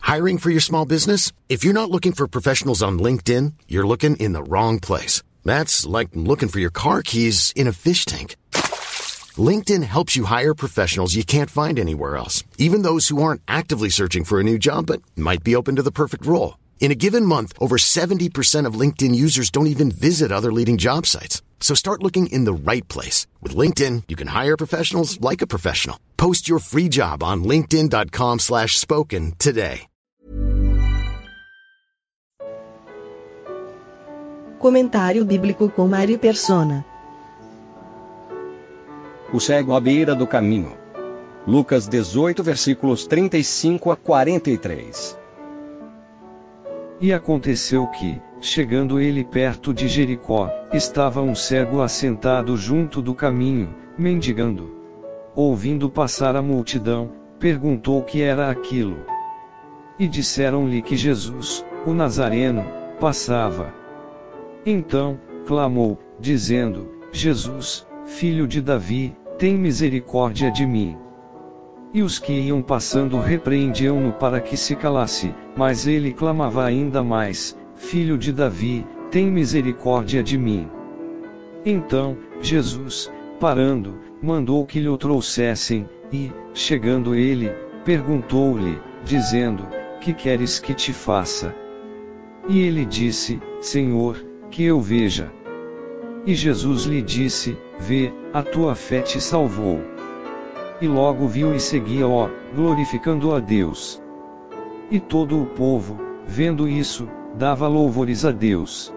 Hiring for your small business? If you're not looking for professionals on LinkedIn, you're looking in the wrong place. That's like looking for your car keys in a fish tank. LinkedIn helps you hire professionals you can't find anywhere else, even those who aren't actively searching for a new job but might be open to the perfect role. In a given month, over 70% of LinkedIn users don't even visit other leading job sites. So start looking in the right place. With LinkedIn, you can hire professionals like a professional. Post your free job on linkedin.com/spoken today. Comentário bíblico com Mari Persona. O cego à beira do caminho. Lucas 18, versículos 35 a 43. E aconteceu que, chegando ele perto de Jericó, estava um cego assentado junto do caminho, mendigando. Ouvindo passar a multidão, perguntou o que era aquilo. E disseram-lhe que Jesus, o Nazareno, passava. Então, clamou, dizendo: Jesus, filho de Davi, tem misericórdia de mim. E os que iam passando repreendiam-no para que se calasse, mas ele clamava ainda mais: Filho de Davi, tem misericórdia de mim. Então, Jesus, parando, mandou que lhe o trouxessem, e, chegando ele, perguntou-lhe, dizendo: Que queres que te faça? E ele disse: Senhor, que eu veja. E Jesus lhe disse: Vê, a tua fé te salvou. E logo viu e seguia-o, glorificando a Deus. E todo o povo, vendo isso, dava louvores a Deus.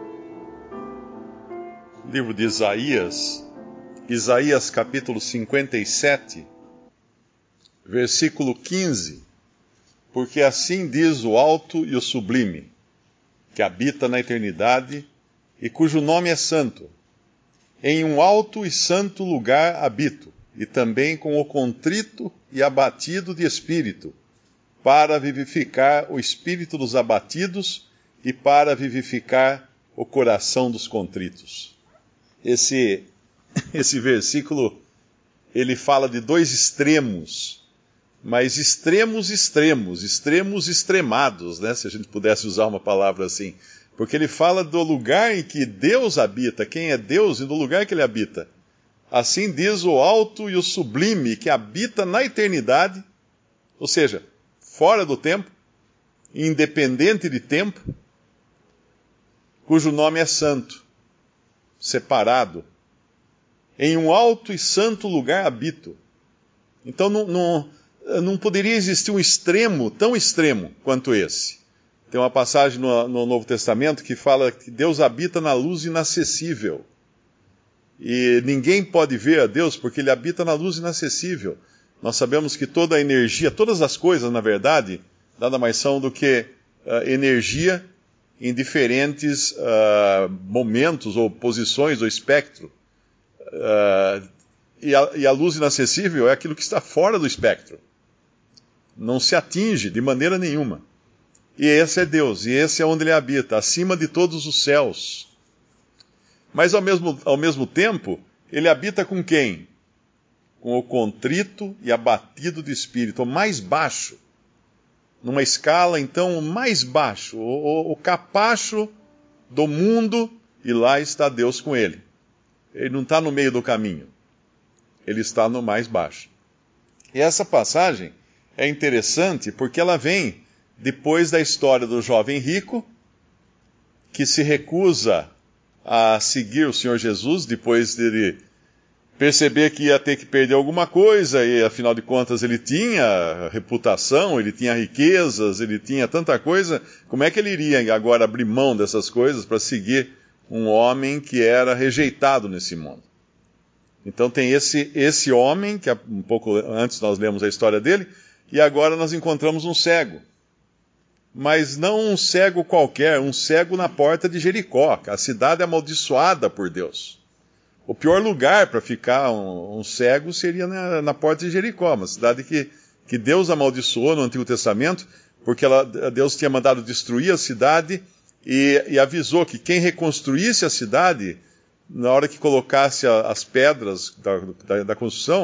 Livro de Isaías, Isaías capítulo 57, versículo 15. Porque assim diz o alto e o sublime, que habita na eternidade e cujo nome é santo. Em um alto e santo lugar habito, e também com o contrito e abatido de espírito, para vivificar o espírito dos abatidos e para vivificar o coração dos contritos. Esse versículo, ele fala de dois extremos, mas extremos extremados, né? Se a gente pudesse usar uma palavra assim. Porque ele fala do lugar em que Deus habita, quem é Deus e do lugar que ele habita. Assim diz o alto e o sublime, que habita na eternidade, ou seja, fora do tempo, independente de tempo, cujo nome é santo, separado. Em um alto e santo lugar habito. Então não poderia existir um extremo tão extremo quanto esse. Tem uma passagem no Novo Testamento que fala que Deus habita na luz inacessível. E ninguém pode ver a Deus porque ele habita na luz inacessível. Nós sabemos que toda a energia, todas as coisas, na verdade, nada mais são do que energia em diferentes momentos ou posições do espectro. E a luz inacessível é aquilo que está fora do espectro. Não se atinge de maneira nenhuma. E esse é Deus, e esse é onde ele habita, acima de todos os céus. Mas ao mesmo tempo, ele habita com quem? Com o contrito e abatido de espírito, o mais baixo. Numa escala, então, o mais baixo, o capacho do mundo, e lá está Deus com ele. Ele não está no meio do caminho, ele está no mais baixo. E essa passagem é interessante porque ela vem depois da história do jovem rico, que se recusa a seguir o Senhor Jesus, depois dele perceber que ia ter que perder alguma coisa, e afinal de contas ele tinha reputação, ele tinha riquezas, ele tinha tanta coisa. Como é que ele iria agora abrir mão dessas coisas para seguir um homem que era rejeitado nesse mundo? Então tem esse homem, que um pouco antes nós lemos a história dele, e agora nós encontramos um cego. Mas não um cego qualquer, um cego na porta de Jericó, a cidade amaldiçoada por Deus. O pior lugar para ficar um cego seria na porta de Jericó, uma cidade que Deus amaldiçoou no Antigo Testamento, porque Deus tinha mandado destruir a cidade e avisou que quem reconstruísse a cidade, na hora que colocasse as pedras da construção,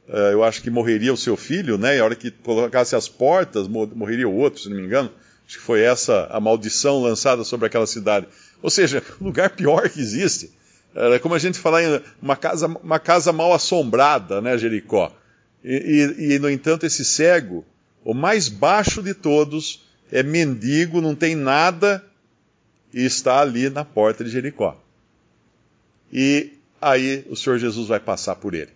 eu acho que morreria o seu filho, né? E a hora que colocasse as portas, morreria o outro, se não me engano. Acho que foi essa a maldição lançada sobre aquela cidade. Ou seja, o lugar pior que existe. Era como a gente falar em uma casa mal assombrada, né, Jericó. E, no entanto, esse cego, o mais baixo de todos, é mendigo, não tem nada, e está ali na porta de Jericó. E aí o Senhor Jesus vai passar por ele.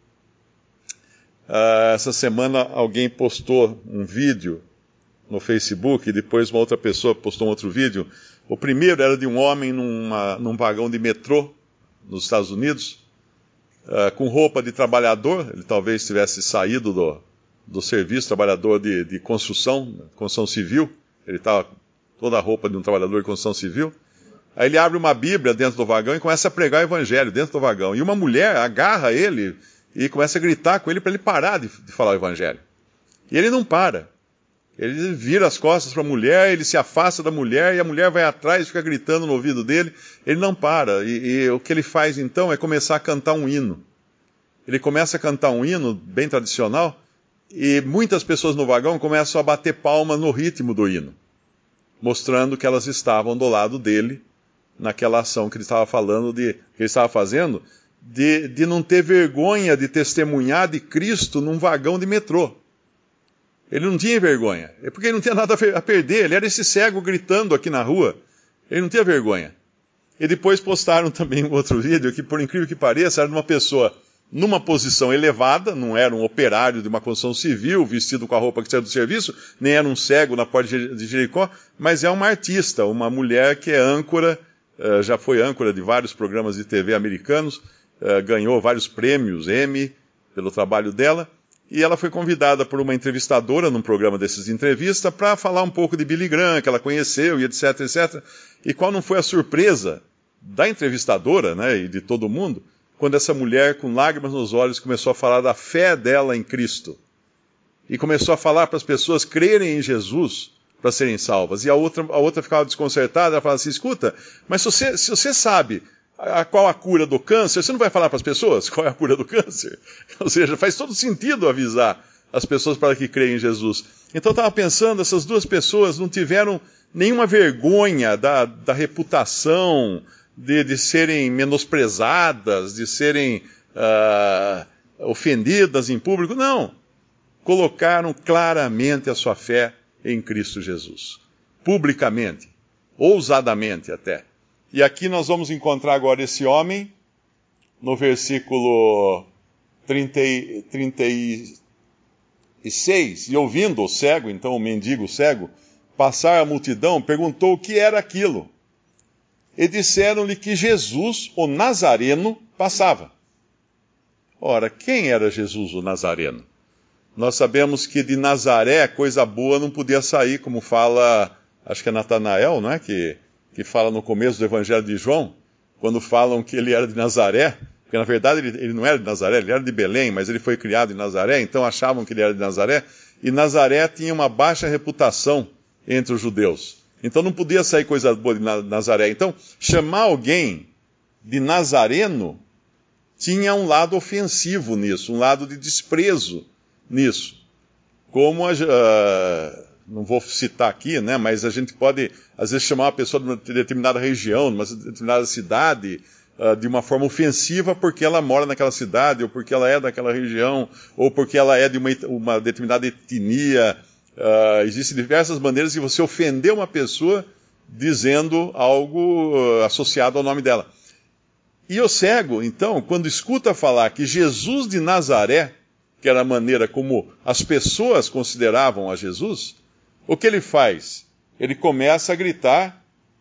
Essa semana alguém postou um vídeo no Facebook, e depois uma outra pessoa postou um outro vídeo. O primeiro era de um homem num vagão de metrô nos Estados Unidos, com roupa de trabalhador. Ele talvez tivesse saído do serviço, trabalhador de construção civil. Ele estava com toda a roupa de um trabalhador de construção civil. Aí ele abre uma Bíblia dentro do vagão e começa a pregar o evangelho dentro do vagão. E uma mulher agarra ele e começa a gritar com ele para ele parar de falar o evangelho. E ele não para. Ele vira as costas para a mulher, ele se afasta da mulher, e a mulher vai atrás e fica gritando no ouvido dele. Ele não para. E o que ele faz então é começar a cantar um hino. Ele começa a cantar um hino bem tradicional, e muitas pessoas no vagão começam a bater palmas no ritmo do hino, mostrando que elas estavam do lado dele, naquela ação que ele estava falando, que ele estava fazendo, de não ter vergonha de testemunhar de Cristo num vagão de metrô. Ele não tinha vergonha, é porque ele não tinha nada a perder. Ele era esse cego gritando aqui na rua, ele não tinha vergonha. E depois postaram também um outro vídeo que, por incrível que pareça, era de uma pessoa numa posição elevada, não era um operário de uma construção civil, vestido com a roupa que saiu do serviço, nem era um cego na porta de Jericó, mas é uma artista, uma mulher que é âncora, já foi âncora de vários programas de TV americanos, ganhou vários prêmios Emmy pelo trabalho dela, e ela foi convidada por uma entrevistadora num programa desses de entrevista para falar um pouco de Billy Graham, que ela conheceu, e etc, etc. E qual não foi a surpresa da entrevistadora, né, e de todo mundo, quando essa mulher, com lágrimas nos olhos, começou a falar da fé dela em Cristo. E começou a falar para as pessoas crerem em Jesus para serem salvas. E a outra ficava desconcertada, ela falava assim, escuta, mas se você sabe qual a cura do câncer, você não vai falar para as pessoas qual é a cura do câncer? Ou seja, faz todo sentido avisar as pessoas para que creem em Jesus. Então eu estava pensando, essas duas pessoas não tiveram nenhuma vergonha da reputação, de serem menosprezadas, de serem ofendidas em público. Não. Colocaram claramente a sua fé em Cristo Jesus. Publicamente. Ousadamente até. E aqui nós vamos encontrar agora esse homem, no versículo 36, e ouvindo o cego, então o mendigo cego, passar a multidão, perguntou o que era aquilo. E disseram-lhe que Jesus, o Nazareno, passava. Ora, quem era Jesus, o Nazareno? Nós sabemos que de Nazaré coisa boa não podia sair, como fala, acho que é Natanael, não é? Que fala no começo do Evangelho de João, quando falam que ele era de Nazaré, porque na verdade ele não era de Nazaré, ele era de Belém, mas ele foi criado em Nazaré, então achavam que ele era de Nazaré, e Nazaré tinha uma baixa reputação entre os judeus. Então não podia sair coisa boa de Nazaré. Então, chamar alguém de Nazareno tinha um lado ofensivo nisso, um lado de desprezo nisso. Como não vou citar aqui, né, mas a gente pode, às vezes, chamar uma pessoa de uma determinada região, de uma determinada cidade, de uma forma ofensiva porque ela mora naquela cidade, ou porque ela é daquela região, ou porque ela é de uma determinada etnia. Existem diversas maneiras de você ofender uma pessoa dizendo algo associado ao nome dela. E o cego, então, quando escuta falar que Jesus de Nazaré, que era a maneira como as pessoas consideravam a Jesus, o que ele faz? Ele começa a gritar,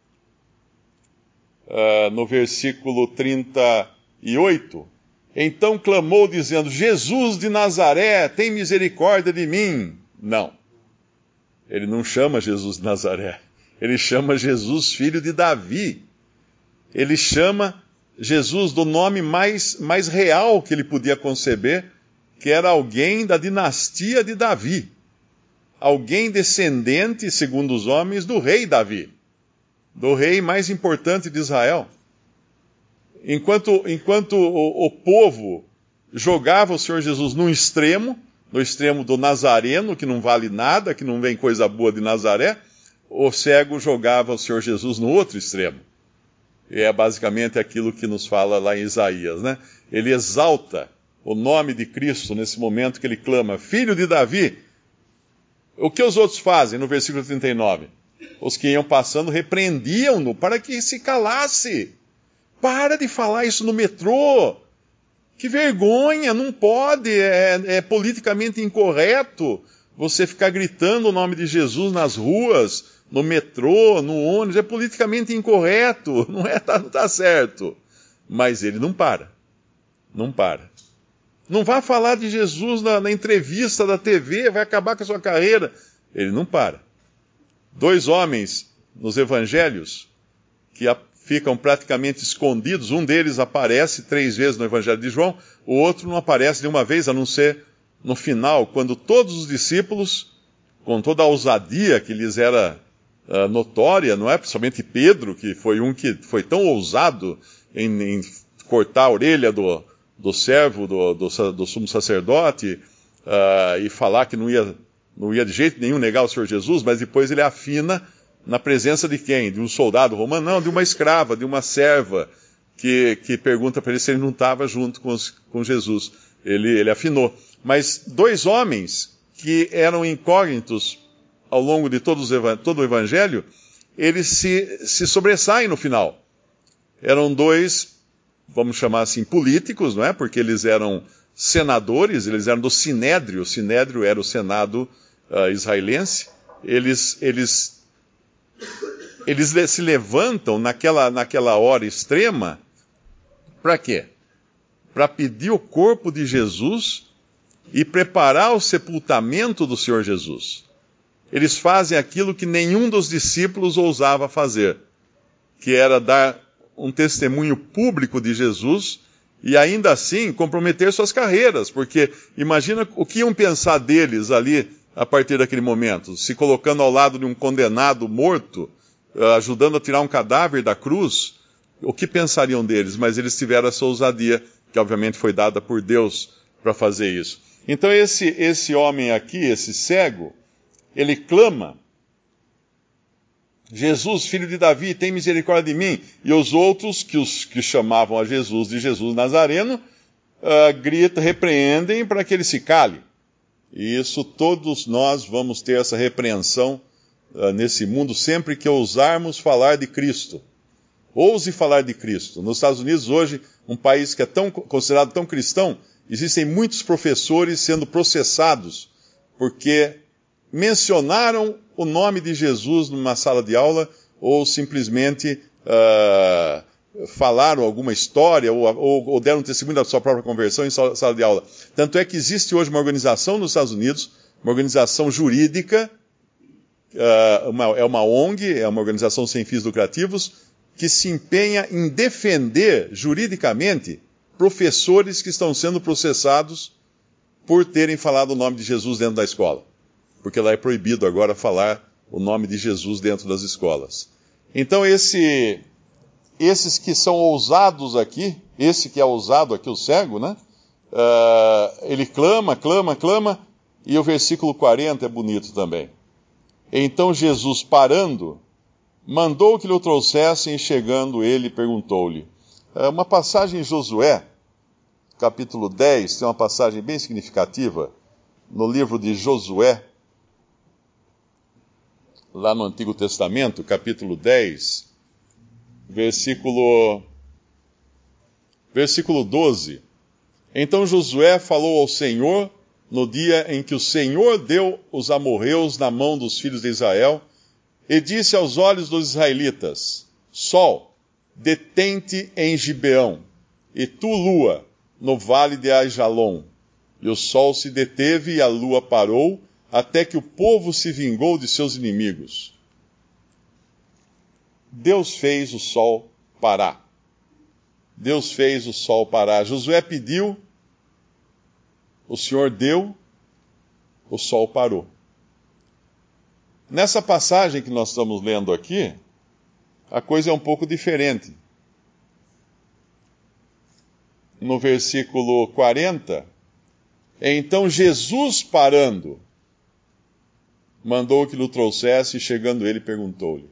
no versículo 38, então clamou dizendo, Jesus de Nazaré, tem misericórdia de mim. Não. Ele não chama Jesus de Nazaré. Ele chama Jesus filho de Davi. Ele chama Jesus do nome mais real que ele podia conceber, que era alguém da dinastia de Davi. Alguém descendente, segundo os homens, do rei Davi. Do rei mais importante de Israel. Enquanto o povo jogava o Senhor Jesus no extremo do Nazareno, que não vale nada, que não vem coisa boa de Nazaré. O cego jogava o Senhor Jesus no outro extremo. E é basicamente aquilo que nos fala lá em Isaías, né? Ele exalta o nome de Cristo nesse momento que ele clama, Filho de Davi. O que os outros fazem no versículo 39? Os que iam passando repreendiam-no para que se calasse. Para de falar isso no metrô. Que vergonha, não pode, é politicamente incorreto você ficar gritando o nome de Jesus nas ruas, no metrô, no ônibus, é politicamente incorreto, não tá certo. Mas ele não para. Não vá falar de Jesus na entrevista da TV, vai acabar com a sua carreira. Ele não para. 2 homens nos evangelhos que ficam praticamente escondidos, um deles aparece 3 vezes no Evangelho de João, o outro não aparece nenhuma vez, a não ser no final, quando todos os discípulos, com toda a ousadia que lhes era notória, não é? Principalmente Pedro, que foi um que foi tão ousado em cortar a orelha do servo, do sumo sacerdote, e falar que não ia de jeito nenhum negar o Senhor Jesus, mas depois ele afina na presença de quem? De um soldado romano? Não, de uma escrava, de uma serva, que pergunta para ele se ele não estava junto com Jesus. Ele afinou. Mas 2 homens que eram incógnitos ao longo de todo o Evangelho, eles se sobressaem no final. Eram 2, vamos chamar assim, políticos, não é? Porque eles eram senadores, eles eram do Sinédrio. O Sinédrio era o Senado israelense. Eles se levantam naquela hora extrema, para quê? Para pedir o corpo de Jesus e preparar o sepultamento do Senhor Jesus. Eles fazem aquilo que nenhum dos discípulos ousava fazer, que era dar um testemunho público de Jesus e ainda assim comprometer suas carreiras, porque imagina o que iam pensar deles ali a partir daquele momento, se colocando ao lado de um condenado morto, ajudando a tirar um cadáver da cruz. O que pensariam deles? Mas eles tiveram essa ousadia, que obviamente foi dada por Deus para fazer isso. Então esse homem aqui, esse cego, ele clama, Jesus, filho de Davi, tem misericórdia de mim. E os outros, que chamavam a Jesus de Jesus Nazareno, gritam, repreendem para que ele se cale. E isso, todos nós vamos ter essa repreensão nesse mundo sempre que ousarmos falar de Cristo. Ouse falar de Cristo. Nos Estados Unidos, hoje, um país que é considerado tão cristão, existem muitos professores sendo processados porque mencionaram o nome de Jesus numa sala de aula ou simplesmente falaram alguma história ou deram testemunho da sua própria conversão em sala de aula. Tanto é que existe hoje uma organização nos Estados Unidos, uma organização jurídica, é uma ONG, é uma organização sem fins lucrativos, que se empenha em defender juridicamente professores que estão sendo processados por terem falado o nome de Jesus dentro da escola. Porque lá é proibido agora falar o nome de Jesus dentro das escolas. Então esses que são ousados aqui, esse que é ousado aqui, o cego, né? Ele clama, e o versículo 40 é bonito também. Então Jesus, parando, mandou que lhe o trouxessem, e chegando ele, perguntou-lhe. Uma passagem em Josué, capítulo 10, tem uma passagem bem significativa, no livro de Josué, lá no Antigo Testamento, capítulo 10, versículo 12. Então Josué falou ao Senhor no dia em que o Senhor deu os amorreus na mão dos filhos de Israel, e disse aos olhos dos israelitas: Sol, detente em Gibeão, e tu, lua, no vale de Aijalon. E o sol se deteve e a lua parou, até que o povo se vingou de seus inimigos. Deus fez o sol parar. Deus fez o sol parar. Josué pediu, o Senhor deu, o sol parou. Nessa passagem que nós estamos lendo aqui, a coisa é um pouco diferente. no versículo 40, então Jesus, parando, mandou que lhe trouxesse, e chegando ele, perguntou-lhe: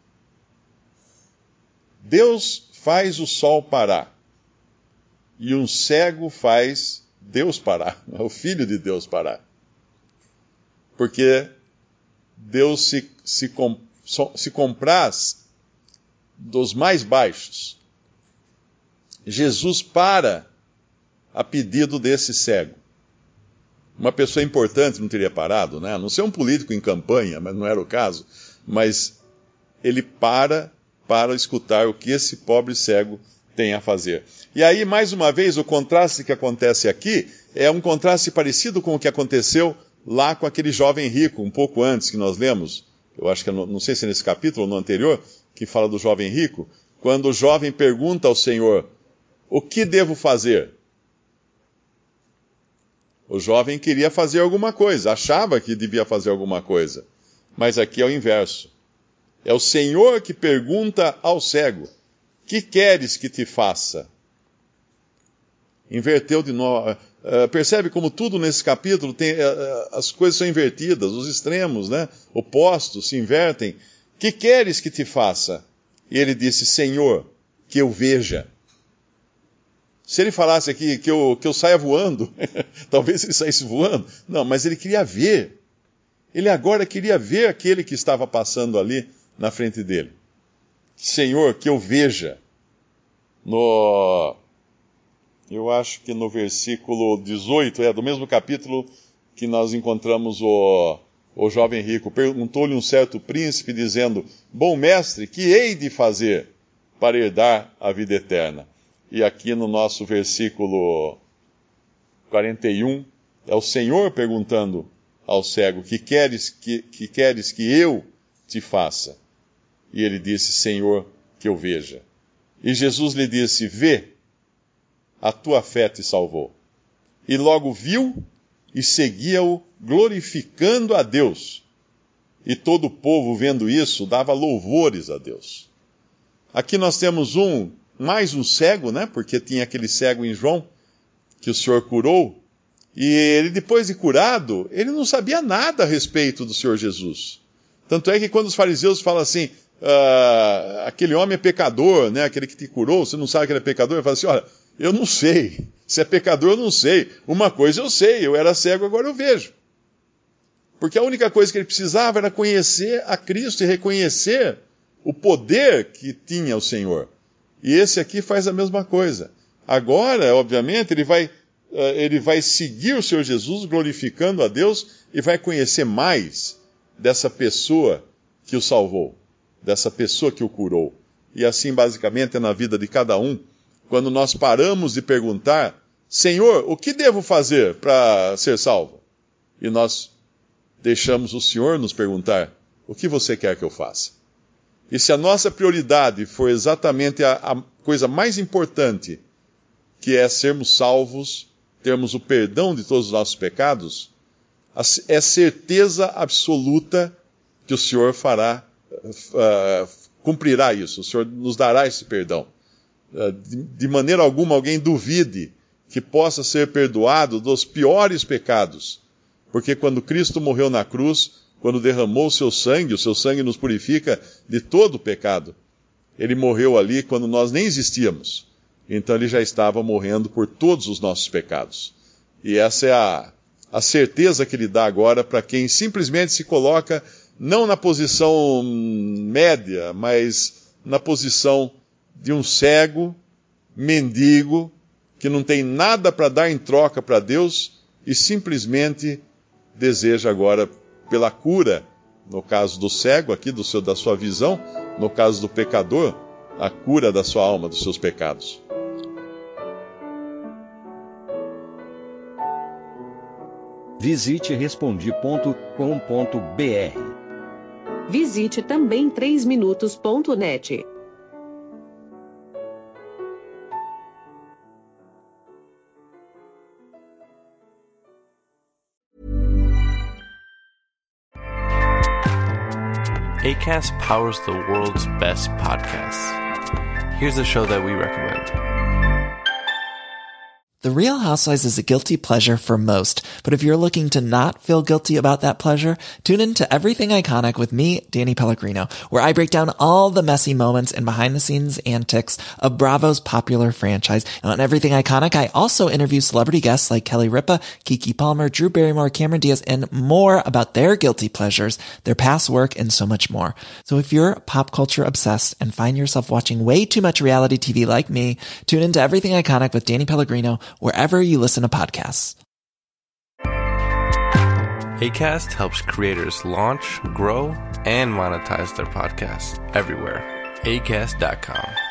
Deus faz o sol parar, e um cego faz Deus parar, o Filho de Deus parar. Porque Deus se compraz dos mais baixos. Jesus para a pedido desse cego. Uma pessoa importante não teria parado, né? A não ser um político em campanha, mas não era o caso. Mas ele para escutar o que esse pobre cego tem a fazer. E aí, mais uma vez, o contraste que acontece aqui é um contraste parecido com o que aconteceu lá com aquele jovem rico, um pouco antes que nós lemos. Eu acho que, não sei se é nesse capítulo ou no anterior, que fala do jovem rico, quando o jovem pergunta ao Senhor: o que devo fazer? O jovem queria fazer alguma coisa, achava que devia fazer alguma coisa. Mas aqui é o inverso. É o Senhor que pergunta ao cego: que queres que te faça? Inverteu de novo. Percebe como tudo nesse capítulo as coisas são invertidas, os extremos, né, opostos se invertem. Que queres que te faça? E ele disse: Senhor, que eu veja. Se ele falasse aqui que eu saia voando, talvez ele saísse voando. Não, mas ele queria ver. Ele agora queria ver aquele que estava passando ali na frente dele. Senhor, que eu veja. Eu acho que no versículo 18, do mesmo capítulo que nós encontramos o jovem rico, perguntou-lhe um certo príncipe, dizendo: bom mestre, que hei de fazer para herdar a vida eterna? E aqui no nosso versículo 41, é o Senhor perguntando ao cego: que queres que eu te faça? E ele disse: Senhor, que eu veja. E Jesus lhe disse: vê, a tua fé te salvou. E logo viu e seguia-o, glorificando a Deus. E todo o povo, vendo isso, dava louvores a Deus. Aqui nós temos mais um cego, né? Porque tinha aquele cego em João, que o Senhor curou. E ele, depois de curado, ele não sabia nada a respeito do Senhor Jesus. Tanto é que quando os fariseus falam assim: aquele homem é pecador, né? Aquele que te curou, você não sabe que ele é pecador? Ele fala assim: olha, eu não sei. Se é pecador, eu não sei. Uma coisa eu sei, eu era cego, agora eu vejo. Porque a única coisa que ele precisava era conhecer a Cristo e reconhecer o poder que tinha o Senhor. E esse aqui faz a mesma coisa. Agora, obviamente, ele vai seguir o Senhor Jesus, glorificando a Deus, e vai conhecer mais dessa pessoa que o salvou, dessa pessoa que o curou. E assim, basicamente, é na vida de cada um, quando nós paramos de perguntar: Senhor, o que devo fazer para ser salvo? E nós deixamos o Senhor nos perguntar: o que você quer que eu faça? E se a nossa prioridade for exatamente a coisa mais importante, que é sermos salvos, termos o perdão de todos os nossos pecados, é certeza absoluta que o Senhor cumprirá isso, o Senhor nos dará esse perdão. De maneira alguma alguém duvide que possa ser perdoado dos piores pecados, porque quando Cristo morreu na cruz, quando derramou o seu sangue nos purifica de todo o pecado. Ele morreu ali quando nós nem existíamos. Então ele já estava morrendo por todos os nossos pecados. E essa é a certeza que ele dá agora para quem simplesmente se coloca não na posição média, mas na posição de um cego, mendigo, que não tem nada para dar em troca para Deus e simplesmente deseja agora pela cura, no caso do cego aqui, da sua visão, no caso do pecador, a cura da sua alma, dos seus pecados. Visite Respondi.com.br. Visite também 3minutos.net. Acast powers the world's best podcasts. Here's a show that we recommend. The Real Housewives is a guilty pleasure for most, but if you're looking to not feel guilty about that pleasure, tune in to Everything Iconic with me, Danny Pellegrino, where I break down all the messy moments and behind-the-scenes antics of Bravo's popular franchise. And on Everything Iconic, I also interview celebrity guests like Kelly Ripa, Keke Palmer, Drew Barrymore, Cameron Diaz, and more about their guilty pleasures, their past work, and so much more. So if you're pop culture obsessed and find yourself watching way too much reality TV like me, tune into Everything Iconic with Danny Pellegrino, wherever you listen to podcasts. Acast helps creators launch, grow, and monetize their podcasts everywhere. Acast.com.